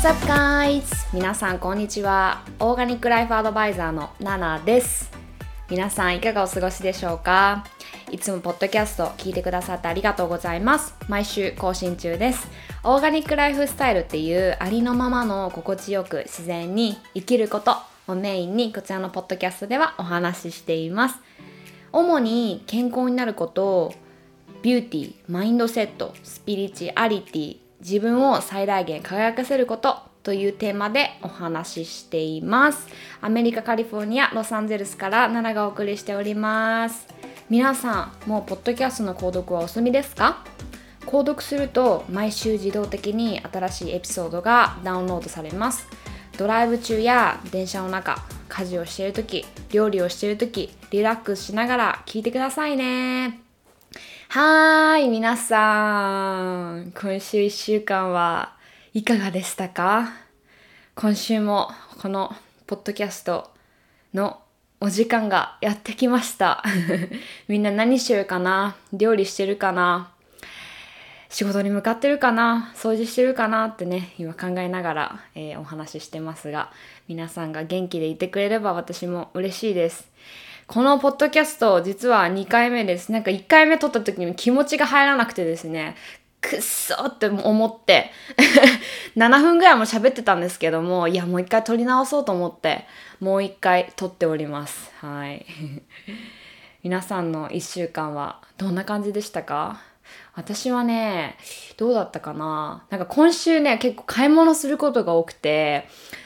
What's up guys? 皆さんこんにちは。オーガニックライフアドバイザーのナナです。皆さんいかがお過ごしでしょうか？いつもポッドキャスト聞いてくださってありがとうございます。毎週更新中です。オーガニックライフスタイルっていうありのままの心地よく自然に生きることをメインにこちらのポッドキャストではお話ししています。主に健康になること、ビューティー、マインドセット、スピリチュアリティ、自分を最大限輝かせることというテーマでお話ししています。アメリカカリフォルニアロサンゼルスからナナがお送りしております。皆さんもうポッドキャストの購読はお済みですか？購読すると毎週自動的に新しいエピソードがダウンロードされます。ドライブ中や電車の中、家事をしているとき、料理をしているとき、リラックスしながら聞いてくださいね。はーい、皆さん。今週1週間はいかがでしたか？今週もこのポッドキャストのお時間がやってきました。みんな何してるかな？料理してるかな？仕事に向かってるかな？掃除してるかなってね、今考えながら、お話ししてますが、皆さんが元気でいてくれれば私も嬉しいです。このポッドキャスト実は2回目です。なんか1回目撮った時に気持ちが入らなくてですね、くっそーって思って7分ぐらいも喋ってたんですけども、いやもう1回撮り直そうと思ってもう1回撮っております。はい皆さんの1週間はどんな感じでしたか？私はね、どうだったかな？なんか今週ね、結構買い物することが多くて、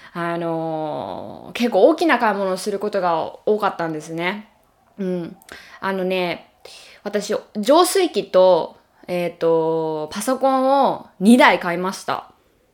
結構大きな買い物をすることが多かったんですね。うん。私、浄水器と、パソコンを2台買いました。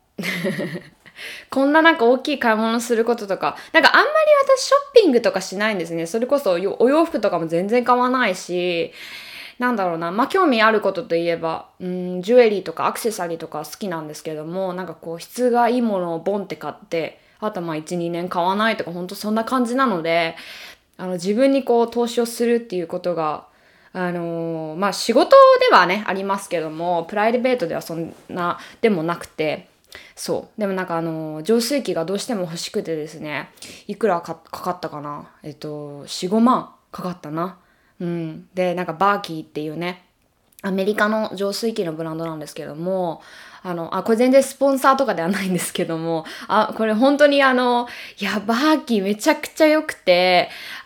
こんななんか大きい買い物することとか、なんかあんまり私ショッピングとかしないんですね。それこそお洋服とかも全然買わないし、なんだろうな、まあ、興味あることといえば、ジュエリーとかアクセサリーとか好きなんですけども、なんかこう質がいいものをボンって買って、あとまあ1、2年買わないとか、ほんとそんな感じなので、自分にこう投資をするっていうことが、まあ仕事ではね、ありますけども、プライベートではそんなでもなくて、そう。でもなんか浄水器がどうしても欲しくてですね、いくらかかったかな？4、5万かかったな。うん。で、なんかバーキーっていうね、アメリカの浄水器のブランドなんですけども、これ全然スポンサーとかではないんですけども、これ本当にいや、バーキーめちゃくちゃ良くて、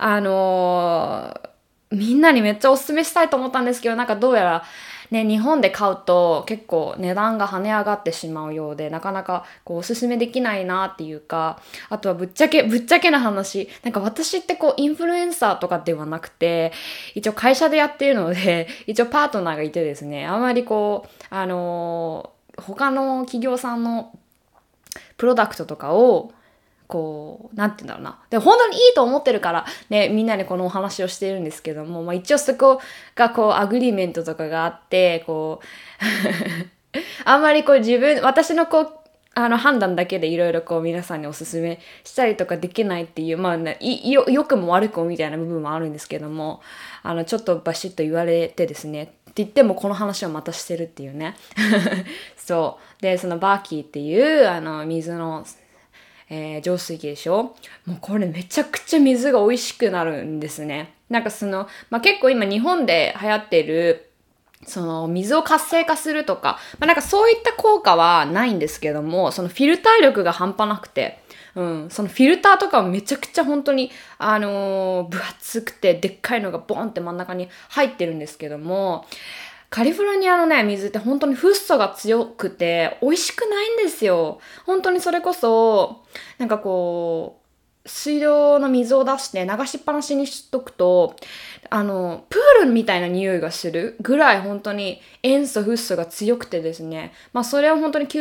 みんなにめっちゃおすすめしたいと思ったんですけど、なんかどうやら、ね、日本で買うと結構値段が跳ね上がってしまうようで、なかなかこうおすすめできないなっていうか、あとはぶっちゃけな話、なんか私ってこうインフルエンサーとかではなくて、一応会社でやっているので、一応パートナーがいてですね、あんまりこう、他の企業さんのプロダクトとかをこう、なんて言うんだろうな。で、本当にいいと思ってるから、ね、みんなでこのお話をしているんですけども、まあ一応そこがこう、アグリーメントとかがあって、こう、あんまりこう私のこう、判断だけでいろいろこう皆さんにおすすめしたりとかできないっていう、まあ、良くも悪くもみたいな部分もあるんですけども、ちょっとバシッと言われてですね、って言ってもこの話をまたしてるっていうね。そう。で、そのバーキーっていう、水の、浄水器でしょ？もうこれめちゃくちゃ水が美味しくなるんですね。なんかまあ、結構今日本で流行ってる、水を活性化するとか、まあ、なんかそういった効果はないんですけども、そのフィルター力が半端なくて、そのフィルターとかもめちゃくちゃ本当に、分厚くてでっかいのがボンって真ん中に入ってるんですけども、カリフォルニアのね、水って本当にフッ素が強くて美味しくないんですよ。本当にそれこそ、なんかこう、水道の水を出して流しっぱなしにしとくと、プールみたいな匂いがするぐらい本当に塩素フッ素が強くてですね。まあそれは本当に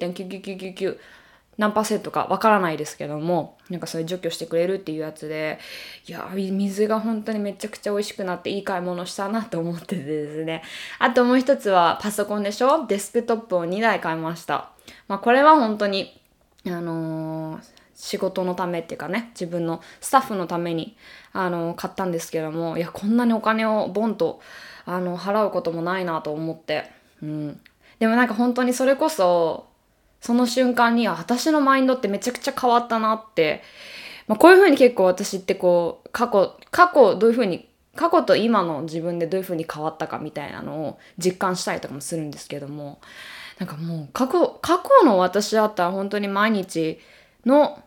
99.99999何パーセントかわからないですけども、なんかそれ除去してくれるっていうやつで、いや、水が本当にめちゃくちゃ美味しくなっていい買い物したなと思っててですね。あともう一つはパソコンでしょ？デスクトップを2台買いました。まあこれは本当に、仕事のためっていうかね、自分のスタッフのために、買ったんですけども、いや、こんなにお金をボンと、払うこともないなと思って。うん。でもなんか本当にそれこそ、 その瞬間に、私のマインドってめちゃくちゃ変わったなって、こういうふうに結構私ってこう、過去どういうふうに、過去と今の自分でどういうふうに変わったかみたいなのを実感したりとかもするんですけども、なんかもう過去の私だったら本当に毎日の、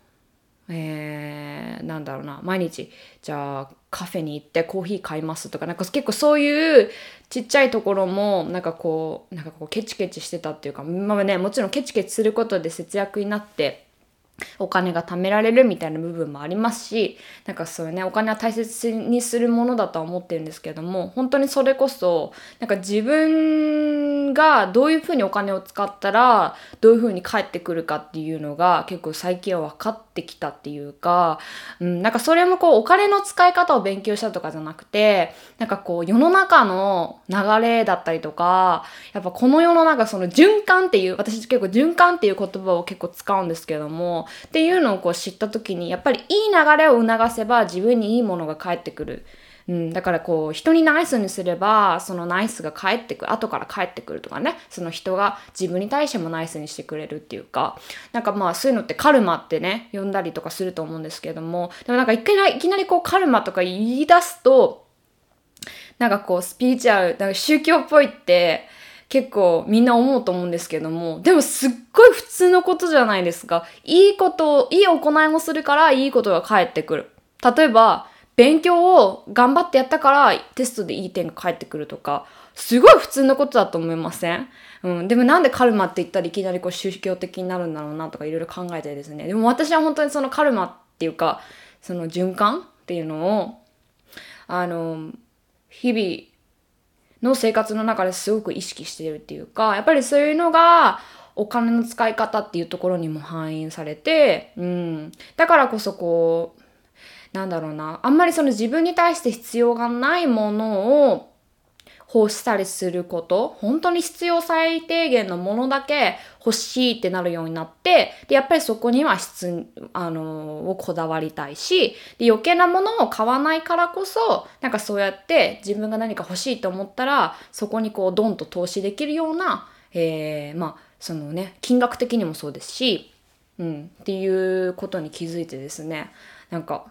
なんだろうな、毎日、じゃあカフェに行ってコーヒー買いますとか、なんか結構そういうちっちゃいところも、なんかこうケチケチしてたっていうか、もちろんケチケチすることで節約になって、お金が貯められるみたいな部分もありますし、なんかそういうね、お金は大切にするものだとは思ってるんですけども、本当にそれこそ、なんか自分がどういうふうにお金を使ったら、どういうふうに返ってくるかっていうのが結構最近は分かってきたっていうか、なんかそれもこうお金の使い方を勉強したとかじゃなくて、なんかこう世の中の流れだったりとか、やっぱこの世の中その循環っていう、私結構循環っていう言葉を結構使うんですけども、っていうのをこう知った時に、やっぱりいい流れを促せば自分にいいものが返ってくる。だからこう人にナイスにすればそのナイスが返ってくる、後から返ってくるとかね、その人が自分に対してもナイスにしてくれるっていうか、なんかそういうのってカルマってね呼んだりとかすると思うんですけども、でもなんかいきなりこうカルマとか言い出すと、なんかこうスピリチュアル、なんか宗教っぽいって結構みんな思うと思うんですけども、でもすっごい普通のことじゃないですか。いい行いをするからいいことが返ってくる。例えば、勉強を頑張ってやったからテストでいい点が返ってくるとか、すごい普通のことだと思いません？でもなんでカルマって言ったらいきなりこう宗教的になるんだろうなとかいろいろ考えてですね。でも私は本当にそのカルマっていうか、その循環っていうのを、あの、日々の生活の中ですごく意識しているっていうか、やっぱりそういうのがお金の使い方っていうところにも反映されて、だからこそこう、なんだろうな、あんまりその自分に対して必要がないものを欲したりすること、本当に必要最低限のものだけ欲しいってなるようになって、で、やっぱりそこにはこだわりたいし、で、余計なものを買わないからこそ、なんかそうやって自分が何か欲しいと思ったら、そこにこうドンと投資できるような、そのね、金額的にもそうですし、っていうことに気づいてですね、なんか、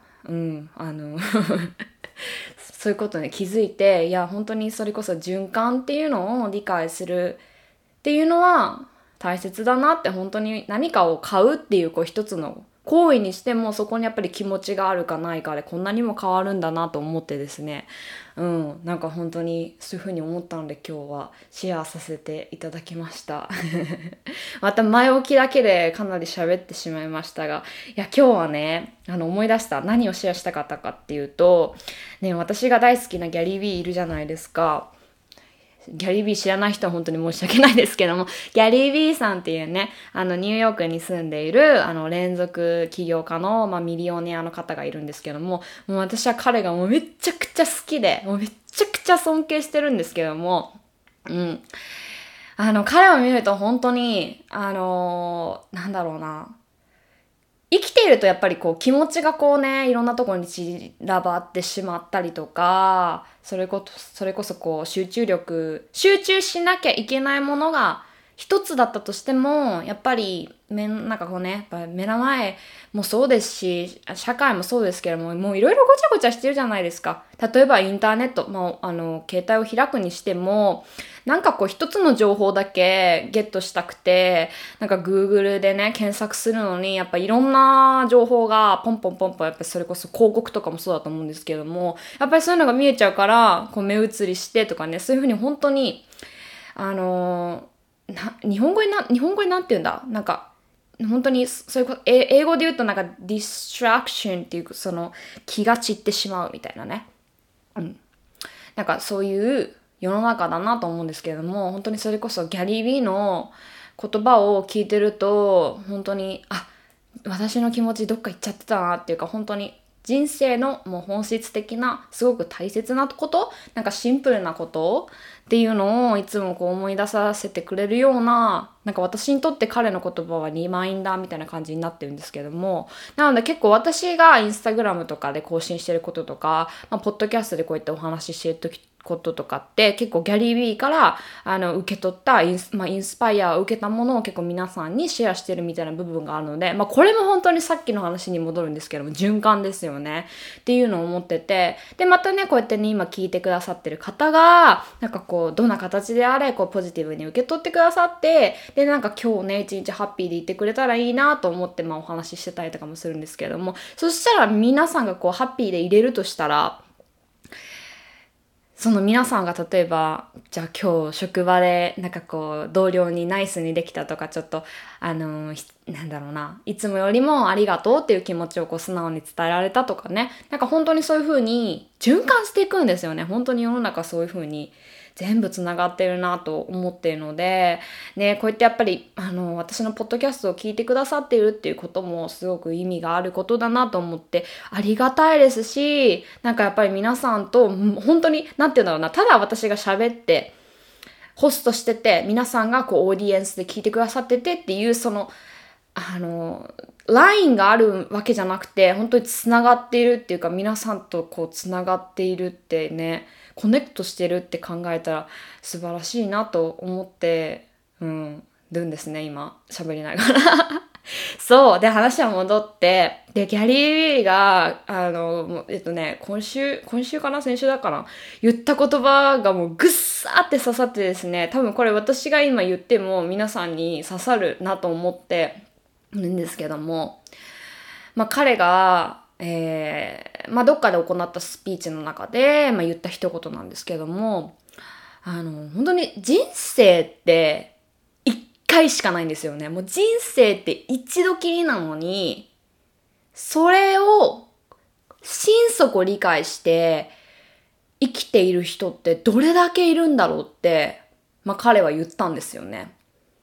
そういうことに気づいて、いや、本当にそれこそ循環っていうのを理解するっていうのは大切だなって、本当に何かを買うっていうこう一つの行為にしても、そこにやっぱり気持ちがあるかないかでこんなにも変わるんだなと思ってですね、なんか本当にそういうふうに思ったので今日はシェアさせていただきましたまた前置きだけでかなり喋ってしまいましたが、いや今日はね、思い出した何をシェアしたかったかっていうと、ね、私が大好きなギャリー・ビーいるじゃないですか。ギャリー・ビー知らない人は本当に申し訳ないですけども、ギャリー・ビーさんっていうね、ニューヨークに住んでいる、連続起業家の、ミリオネアの方がいるんですけども、もう私は彼がもうめちゃくちゃ好きで、もうめちゃくちゃ尊敬してるんですけども、彼を見ると本当に、なんだろうな、生きているとやっぱりこう気持ちがこうね、いろんなところに散らばってしまったりとか、それこそこう集中しなきゃいけないものが一つだったとしても、やっぱりなんかこうね、やっぱ目の前もそうですし、社会もそうですけども、もういろいろごちゃごちゃしてるじゃないですか。例えばインターネット、携帯を開くにしても、なんかこう一つの情報だけゲットしたくて、なんか Google でね、検索するのに、やっぱいろんな情報がポンポンポンポン、やっぱそれこそ広告とかもそうだと思うんですけども、やっぱりそういうのが見えちゃうから、こう目移りしてとかね、そういうふうに本当に、日本語になんて言うんだ、なんか、本当にそういうこと、英語で言うとなんか distraction っていう、その気が散ってしまうみたいなね。なんかそういう世の中だなと思うんですけれども、本当にそれこそギャリー・ビーの言葉を聞いてると、本当に、私の気持ちどっか行っちゃってたなっていうか、本当に人生のもう本質的な、すごく大切なこと、なんかシンプルなことっていうのをいつもこう思い出させてくれるような、なんか私にとって彼の言葉はリマインダーみたいな感じになってるんですけども、なので結構私がインスタグラムとかで更新してることとか、ポッドキャストでこうやってお話ししてることとかって結構ギャリー・ビーから受け取ったインスパイアを受けたものを結構皆さんにシェアしてるみたいな部分があるので、これも本当にさっきの話に戻るんですけども、循環ですよねっていうのを思ってて、でまたねこうやってね今聞いてくださってる方がなんかこうどんな形であれこうポジティブに受け取ってくださって、でなんか今日ね一日ハッピーでいてくれたらいいなと思ってお話ししてたりとかもするんですけども、そしたら皆さんがこうハッピーでいれるとしたら、その皆さんが例えば、じゃあ今日職場でなんかこう同僚にナイスにできたとか、ちょっとなんだろうな、いつもよりもありがとうっていう気持ちをこう素直に伝えられたとかね、なんか本当にそういう風に循環していくんですよね。本当に世の中そういう風に全部つながってるなと思っているので、ね、こうやってやっぱり私のポッドキャストを聞いてくださっているっていうこともすごく意味があることだなと思ってありがたいですし、なんかやっぱり皆さんと本当になんていうんだろうな、ただ私が喋ってホストしてて皆さんがこうオーディエンスで聞いてくださっててっていうそのラインがあるわけじゃなくて、本当につながっているっていうか、皆さんとこうつながっているってね、コネクトしてるって考えたら素晴らしいなと思って、るんですね、今喋りながらそうで、話は戻って、でギャリー・ウィーが今週かな、先週だかな、言った言葉がもうぐっさーって刺さってですね、多分これ私が今言っても皆さんに刺さるなと思ってるんですけども、彼がどっかで行ったスピーチの中で、言った一言なんですけども、本当に人生って一回しかないんですよね。もう人生って一度きりなのに、それを心底理解して生きている人ってどれだけいるんだろうって、彼は言ったんですよね。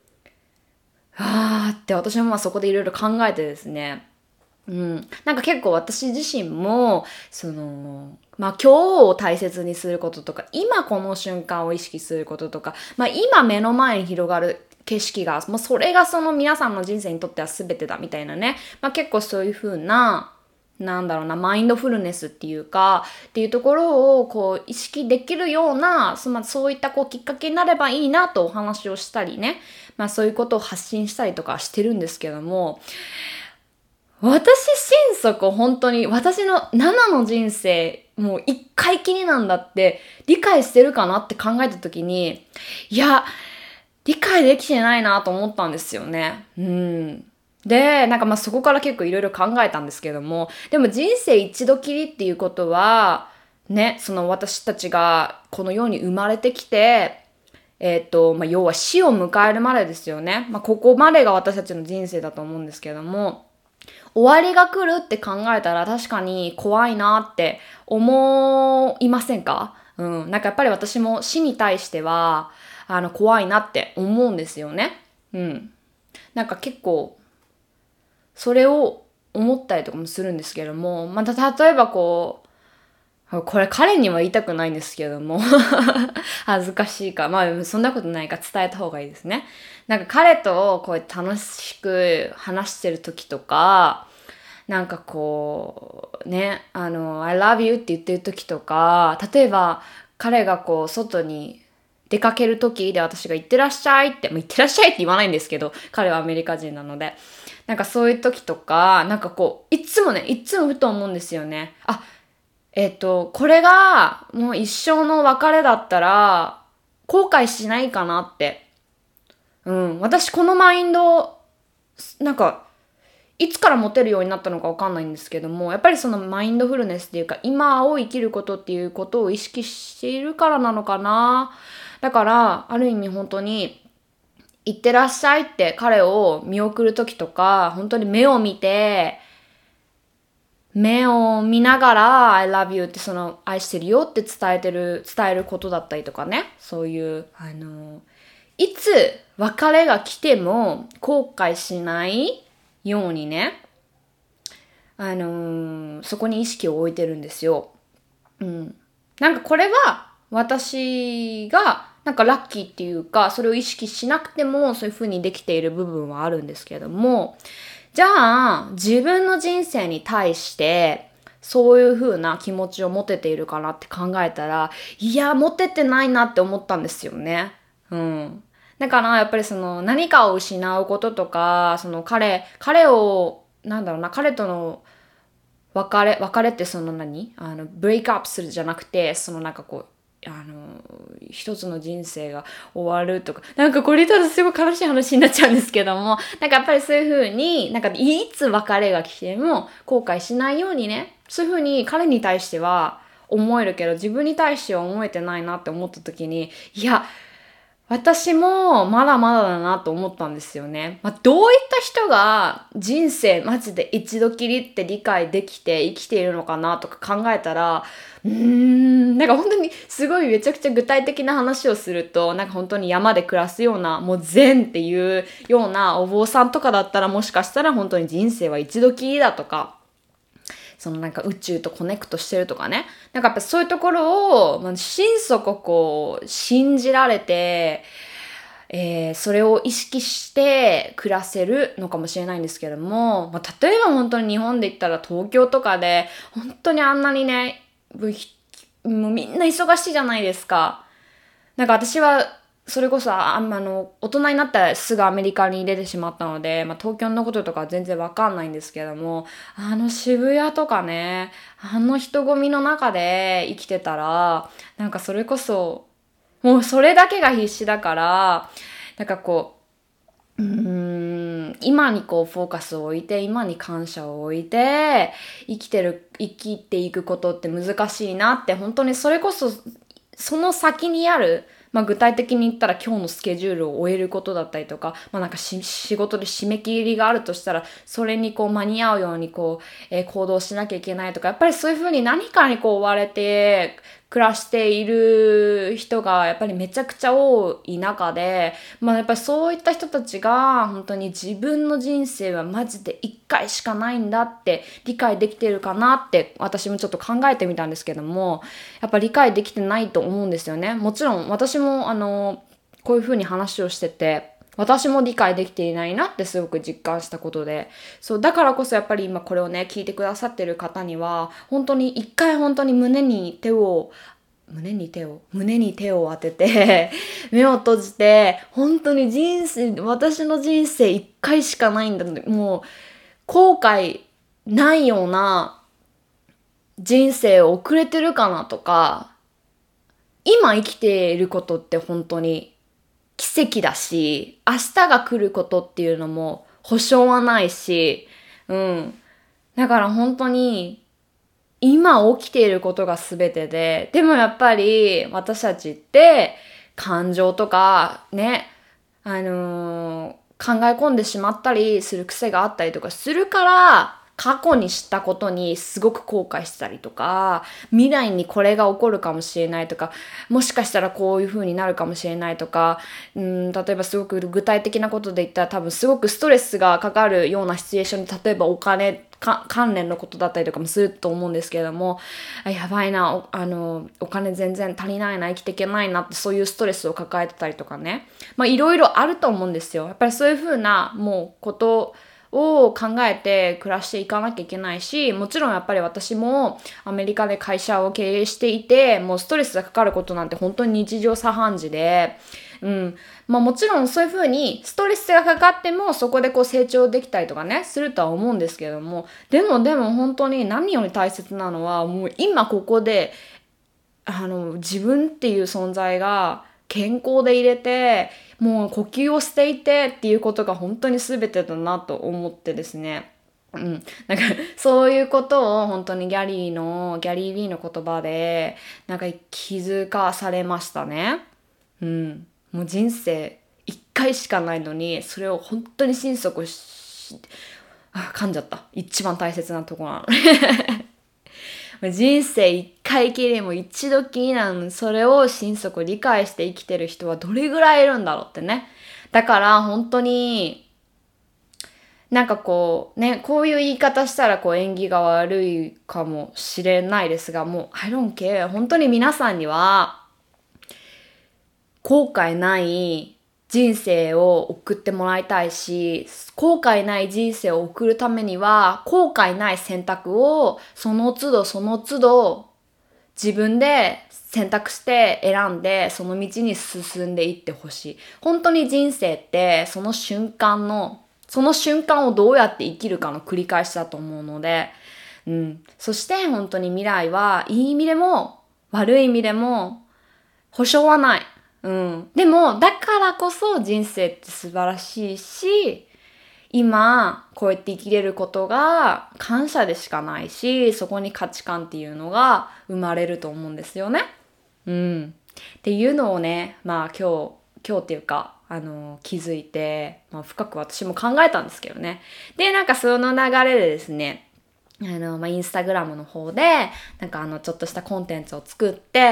って私もそこでいろいろ考えてですね、なんか結構私自身も、今日を大切にすることとか、今この瞬間を意識することとか、今目の前に広がる景色が、それがその皆さんの人生にとっては全てだみたいなね。結構そういう風な、なんだろうな、マインドフルネスっていうか、っていうところをこう意識できるような、そういったこうきっかけになればいいなとお話をしたりね。そういうことを発信したりとかしてるんですけども、私心底本当に私の7の人生もう一回きりなんだって理解してるかなって考えた時に、いや、理解できてないなと思ったんですよね。で、なんかそこから結構いろいろ考えたんですけども、でも人生一度きりっていうことは、ね、その私たちがこの世に生まれてきて、要は死を迎えるまでですよね。ここまでが私たちの人生だと思うんですけども、終わりが来るって考えたら確かに怖いなって思いませんか？なんかやっぱり私も死に対しては、怖いなって思うんですよね。なんか結構、それを思ったりとかもするんですけども、例えばこれ彼には言いたくないんですけども恥ずかしいか。そんなことないか伝えた方がいいですね。なんか彼とこうやって楽しく話してる時とか、なんかこう、ね、I love you って言ってる時とか、例えば彼がこう外に出かける時で私が行ってらっしゃいって、行ってらっしゃいって言わないんですけど、彼はアメリカ人なので。なんかそういう時とか、なんかこう、いつもふと思うんですよね。これがもう一生の別れだったら後悔しないかなって。私このマインド、なんか、いつから持てるようになったのかわかんないんですけども、やっぱりそのマインドフルネスっていうか、今を生きることっていうことを意識しているからなのかな。だから、ある意味本当に、行ってらっしゃいって彼を見送る時とか、本当に目を見ながら I love you って愛してるよって伝えることだったりとかね。そういう、いつ別れが来ても後悔しないようにね、そこに意識を置いてるんですよ。なんかこれは私がなんかラッキーっていうか、それを意識しなくてもそういう風にできている部分はあるんですけども、じゃあ自分の人生に対してそういう風な気持ちを持てているかなって考えたら、いや、持ててないなって思ったんですよね。うん。だからやっぱりその何かを失うこととか、その彼を、なんだろうな、彼との別れってそのブレイクアップするじゃなくて、そのなんかこう、一つの人生が終わるとか、なんかこれ言ったらすごい悲しい話になっちゃうんですけども、なんかやっぱりそういう風に、なんかいつ別れが来ても後悔しないようにね、そういう風に彼に対しては思えるけど、自分に対しては思えてないなって思った時に、いや、私もまだまだだなと思ったんですよね。どういった人が人生マジで一度きりって理解できて生きているのかなとか考えたら、なんか本当にすごいめちゃくちゃ具体的な話をすると、なんか本当に山で暮らすような、もう禅っていうようなお坊さんとかだったらもしかしたら本当に人生は一度きりだとか、そのなんか宇宙とコネクトしてるとかね。なんかやっぱそういうところを、心底こう、信じられて、それを意識して暮らせるのかもしれないんですけども、例えば本当に日本で言ったら東京とかで、本当にあんなにね、もうみんな忙しいじゃないですか。なんか私は、それこそ、大人になったらすぐアメリカに出てしまったので、東京のこととか全然わかんないんですけども、渋谷とかね、人混みの中で生きてたら、なんかそれこそ、もうそれだけが必死だから、なんかこう、今にこうフォーカスを置いて、今に感謝を置いて、生きていくことって難しいなって、本当にそれこそ、その先にある、具体的に言ったら今日のスケジュールを終えることだったりとか、なんか仕事で締め切りがあるとしたら、それにこう間に合うようにこう、行動しなきゃいけないとか、やっぱりそういうふうに何かにこう追われて暮らしている人がやっぱりめちゃくちゃ多い中で、やっぱりそういった人たちが本当に自分の人生はマジで一回しかないんだって理解できてるかなって私もちょっと考えてみたんですけども、やっぱ理解できてないと思うんですよね。もちろん私もこういうふうに話をしてて、私も理解できていないなってすごく実感したことで、そう、だからこそやっぱり今これをね、聞いてくださってる方には、本当に一回本当に胸に手を当てて、目を閉じて、本当に私の人生一回しかないんだって、もう、後悔ないような人生を送れてるかなとか、今生きていることって本当に奇跡だし、明日が来ることっていうのも保証はないし、うん。だから本当に今起きていることが全てで、でもやっぱり私たちって感情とかね、考え込んでしまったりする癖があったりとかするから、過去に知ったことにすごく後悔したりとか、未来にこれが起こるかもしれないとか、もしかしたらこういう風になるかもしれないとか、例えばすごく具体的なことで言ったら多分すごくストレスがかかるようなシチュエーションに、例えばお金関連のことだったりとかもすると思うんですけれども、やばいな、お金全然足りないな、生きていけないなって、そういうストレスを抱えてたりとかね。いろいろあると思うんですよ。やっぱりそういう風な、もうことを考えて暮らしていかなきゃいけないし、もちろんやっぱり私もアメリカで会社を経営していて、もうストレスがかかることなんて本当に日常茶飯事で、もちろんそういう風にストレスがかかってもそこでこう成長できたりとかね、するとは思うんですけども、でも本当に何より大切なのは、もう今ここで、自分っていう存在が健康でいれて、もう呼吸をしていてっていうことが本当に全てだなと思ってですね。なんか、そういうことを本当にギャリー・ビーの言葉で、なんか気づかされましたね。もう人生一回しかないのに、それを本当に噛んじゃった。一番大切なところなの。人生一回きりも一度きりなのに、それを心底理解して生きてる人はどれぐらいいるんだろうってね。だから本当に、なんかこうね、こういう言い方したらこう縁起が悪いかもしれないですが、もう I don't care。本当に皆さんには後悔ない人生を送ってもらいたいし、後悔ない人生を送るためには、後悔ない選択をその都度その都度自分で選択して選んでその道に進んでいってほしい。本当に人生ってその瞬間をどうやって生きるかの繰り返しだと思うので、そして本当に未来はいい意味でも悪い意味でも保証はない。でも、だからこそ人生って素晴らしいし、今、こうやって生きれることが感謝でしかないし、そこに価値観っていうのが生まれると思うんですよね。っていうのをね、今日っていうか、気づいて、深く私も考えたんですけどね。で、その流れでですね、インスタグラムの方で、ちょっとしたコンテンツを作って、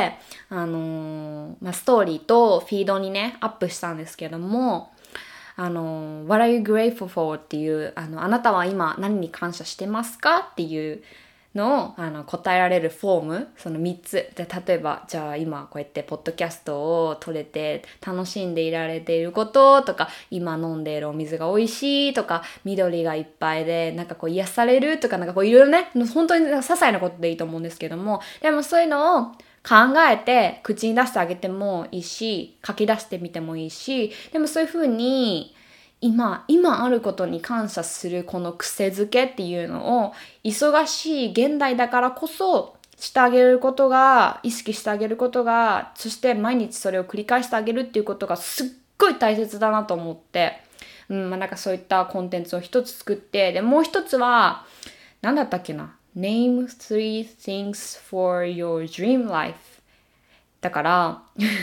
ストーリーとフィードにね、アップしたんですけども、What are you grateful for? っていう、あなたは今何に感謝してますかっていうのを、答えられるフォーム、その3つ。で、例えば、じゃあ今こうやってポッドキャストを撮れて楽しんでいられていることとか、今飲んでいるお水が美味しいとか、緑がいっぱいで、癒されるとか、いろいろね、本当に些細なことでいいと思うんですけども、でもそういうのを考えて口に出してあげてもいいし、書き出してみてもいいし、でもそういうふうに今あることに感謝するこの癖づけっていうのを忙しい現代だからこそしてあげることが、意識してあげることが、そして毎日それを繰り返してあげるっていうことがすっごい大切だなと思って、そういったコンテンツを一つ作って、で、もう一つは、なんだったっけな Name three things for your dream life だから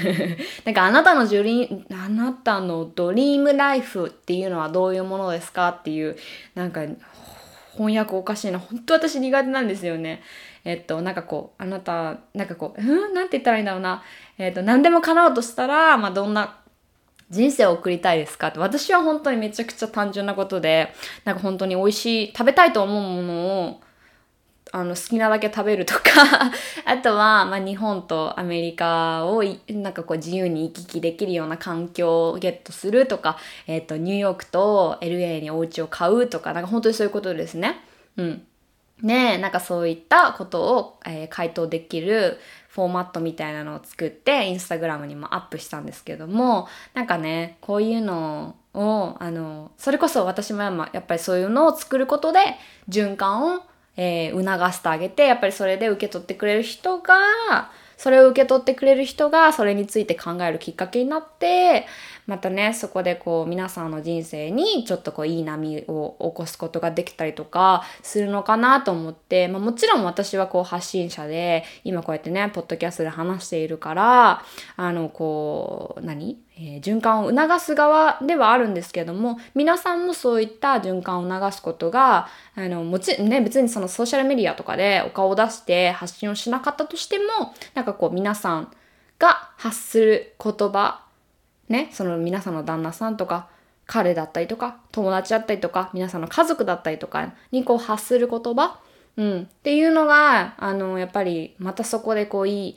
あなたのドリームライフっていうのはどういうものですかっていう、翻訳おかしいな。本当私苦手なんですよね。あなた、なんて言ったらいいんだろうな。何でも叶おうとしたら、どんな人生を送りたいですかって。私は本当にめちゃくちゃ単純なことで、本当に美味しい、食べたいと思うものを、好きなだけ食べるとかあとは、日本とアメリカを自由に行き来できるような環境をゲットするとか、ニューヨークと LA にお家を買うとか、本当にそういうことですね。ねえ、そういったことを、回答できるフォーマットみたいなのを作って、インスタグラムにもアップしたんですけども、こういうのを、それこそ私もやっぱりそういうのを作ることで、循環を促してあげて、やっぱりそれで受け取ってくれる人が、それを受け取ってくれる人がそれについて考えるきっかけになって、またね、そこで皆さんの人生にちょっといい波を起こすことができたりとかするのかなと思って、もちろん私は発信者で、今こうやってね、ポッドキャストで話しているから、循環を促す側ではあるんですけども、皆さんもそういった循環を促すことが、別にそのソーシャルメディアとかでお顔を出して発信をしなかったとしても、皆さんが発する言葉、ね、その皆さんの旦那さんとか、彼だったりとか、友達だったりとか、皆さんの家族だったりとかに発する言葉、っていうのが、やっぱりまたそこで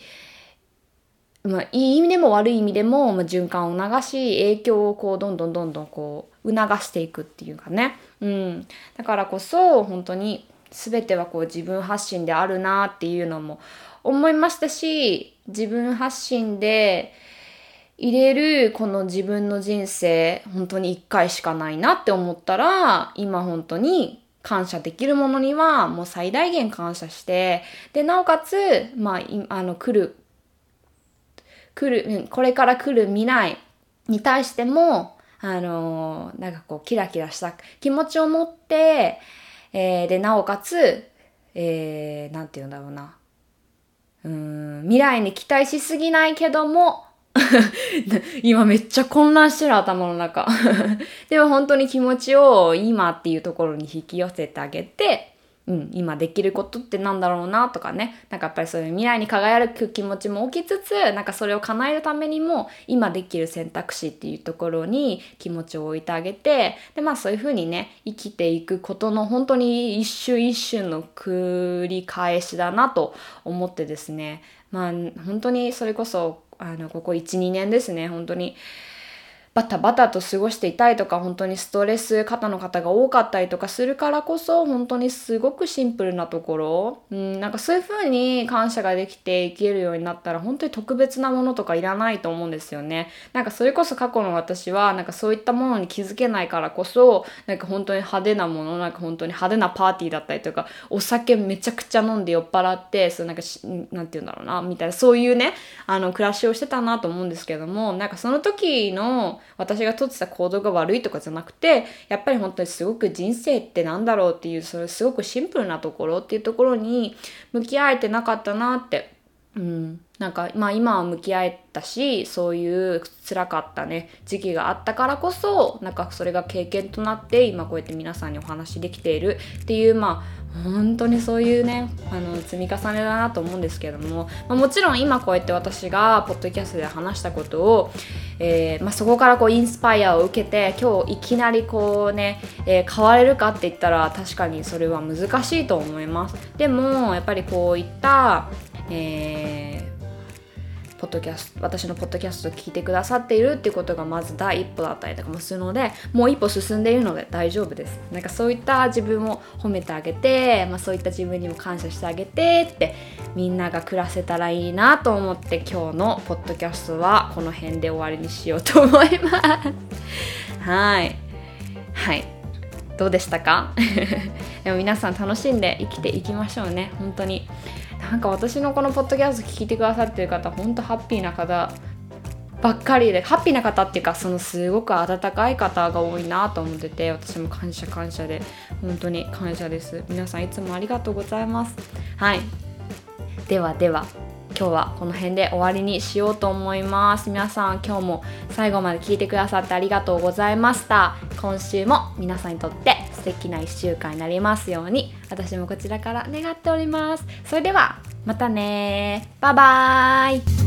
いい意味でも悪い意味でも、循環を流し、影響をどんどん促していくっていうかね。だからこそ、本当に全ては自分発信であるなっていうのも思いましたし、自分発信で入れるこの自分の人生、本当に一回しかないなって思ったら、今本当に感謝できるものにはもう最大限感謝して、で、なおかつ、これから来る未来に対しても、キラキラした気持ちを持って、で、なおかつ、なんて言うんだろうな。未来に期待しすぎないけども、今めっちゃ混乱してる頭の中。でも本当に気持ちを今っていうところに引き寄せてあげて、今できることってなんだろうなとかね。やっぱりそういう未来に輝く気持ちも起きつつ、それを叶えるためにも、今できる選択肢っていうところに気持ちを置いてあげて、で、そういうふうにね、生きていくことの本当に一瞬一瞬の繰り返しだなと思ってですね。本当にそれこそ、ここ1、2年ですね、本当に。 バタバタと過ごしていたりとか、本当にストレス肩の方が多かったりとかするからこそ、本当にすごくシンプルなところ、なんかそういう風に感謝ができて生きるようになったら、本当に特別なものとかいらないと思うんですよね。なんかそれこそ過去の私は、なんかそういったものに気づけないからこそ、なんか本当に派手なもの、なんか本当に派手なパーティーだったりとか、お酒めちゃくちゃ飲んで酔っ払って、なんかなんて言うんだろうな、みたいな、そういうね、暮らしをしてたなと思うんですけども、なんかその時の私がとってた行動が悪いとかじゃなくて、やっぱり本当にすごく人生ってなんだろうっていう、それすごくシンプルなところっていうところに向き合えてなかったなって。なんか今は向き合えたし、そういう辛かったね時期があったからこそ、なんかそれが経験となって今こうやって皆さんにお話できているっていう、本当にそういうね積み重ねだなと思うんですけども、もちろん今こうやって私がポッドキャストで話したことを、そこからこうインスパイアを受けて今日いきなりこうね、変われるかって言ったら確かにそれは難しいと思います。でもやっぱりこういった私のポッドキャストを聞いてくださっているっていうことがまず第一歩だったりとかもするので、もう一歩進んでいるので大丈夫です。なんかそういった自分を褒めてあげて、そういった自分にも感謝してあげてって、みんなが暮らせたらいいなと思って、今日のポッドキャストはこの辺で終わりにしようと思いますはいどうでしたかでも皆さん楽しんで生きていきましょうね。本当になんか私のこのポッドキャスト聞いてくださってる方、本当ハッピーな方ばっかりで、ハッピーな方っていうか、そのすごく温かい方が多いなと思ってて、私も感謝で、本当に感謝です。皆さんいつもありがとうございます。では今日はこの辺で終わりにしようと思います。皆さん今日も最後まで聞いてくださってありがとうございました。今週も皆さんにとって素敵な1週間になりますように、私もこちらから願っております。それではまたね、バイバーイ。